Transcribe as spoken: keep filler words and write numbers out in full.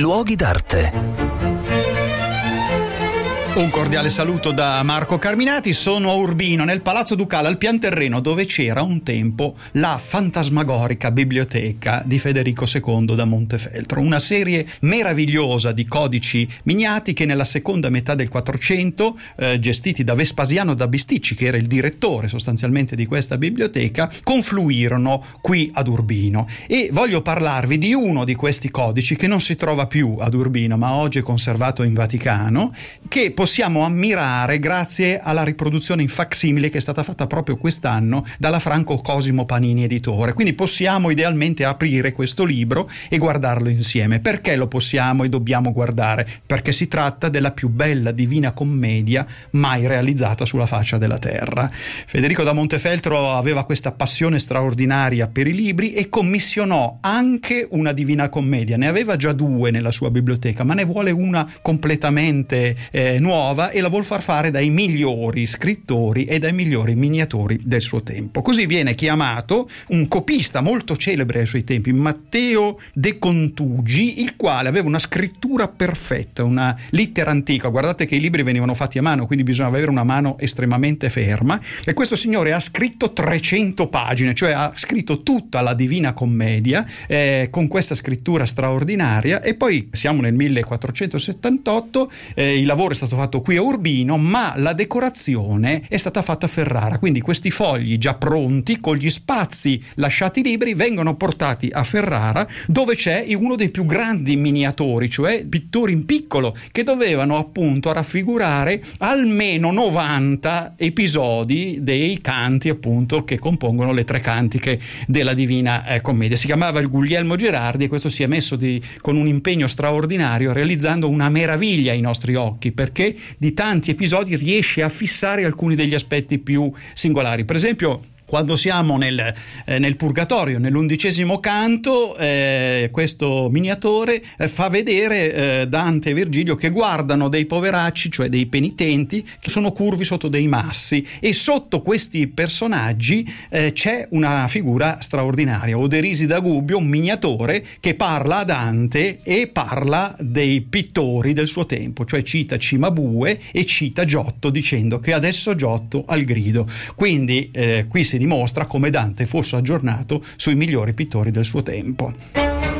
luoghi d'arte. Un cordiale saluto da Marco Carminati. Sono a Urbino, nel Palazzo Ducale, al pian terreno, dove c'era un tempo la fantasmagorica biblioteca di Federico secondo da Montefeltro, una serie meravigliosa di codici miniati che nella seconda metà del Quattrocento, eh, gestiti da Vespasiano da Bisticci, che era il direttore sostanzialmente di questa biblioteca, confluirono qui ad Urbino. E voglio parlarvi di uno di questi codici che non si trova più ad Urbino, ma oggi è conservato in Vaticano, che possiamo ammirare grazie alla riproduzione in facsimile che è stata fatta proprio quest'anno dalla Franco Cosimo Panini Editore. Quindi possiamo idealmente aprire questo libro e guardarlo insieme. Perché lo possiamo e dobbiamo guardare? Perché si tratta della più bella Divina Commedia mai realizzata sulla faccia della terra. Federico da Montefeltro aveva questa passione straordinaria per i libri e commissionò anche una Divina Commedia. Ne aveva già due nella sua biblioteca, ma ne vuole una completamente eh, nuova e la vuol far fare dai migliori scrittori e dai migliori miniatori del suo tempo. Così viene chiamato un copista molto celebre ai suoi tempi, Matteo de Contugi, il quale aveva una scrittura perfetta, una lettera antica. Guardate che i libri venivano fatti a mano, quindi bisognava avere una mano estremamente ferma, e questo signore ha scritto trecento pagine, cioè ha scritto tutta la Divina Commedia eh, con questa scrittura straordinaria. E poi siamo nel millequattrocentosettantotto, eh, il lavoro è stato fatto qui a Urbino, ma la decorazione è stata fatta a Ferrara, quindi questi fogli già pronti con gli spazi lasciati liberi vengono portati a Ferrara, dove c'è uno dei più grandi miniatori, cioè pittori in piccolo, che dovevano appunto raffigurare almeno novanta episodi dei canti appunto che compongono le tre cantiche della Divina eh, Commedia. Si chiamava il Guglielmo Gerardi e questo si è messo di, con un impegno straordinario, realizzando una meraviglia ai nostri occhi, perché di tanti episodi riesce a fissare alcuni degli aspetti più singolari. Per esempio, quando siamo nel, eh, nel Purgatorio, nell'undicesimo canto, eh, questo miniatore eh, fa vedere eh, Dante e Virgilio che guardano dei poveracci, cioè dei penitenti, che sono curvi sotto dei massi, e sotto questi personaggi eh, c'è una figura straordinaria, Oderisi da Gubbio, un miniatore che parla a Dante e parla dei pittori del suo tempo, cioè cita Cimabue e cita Giotto, dicendo che adesso Giotto al grido. Quindi eh, qui si dimostra come Dante fosse aggiornato sui migliori pittori del suo tempo.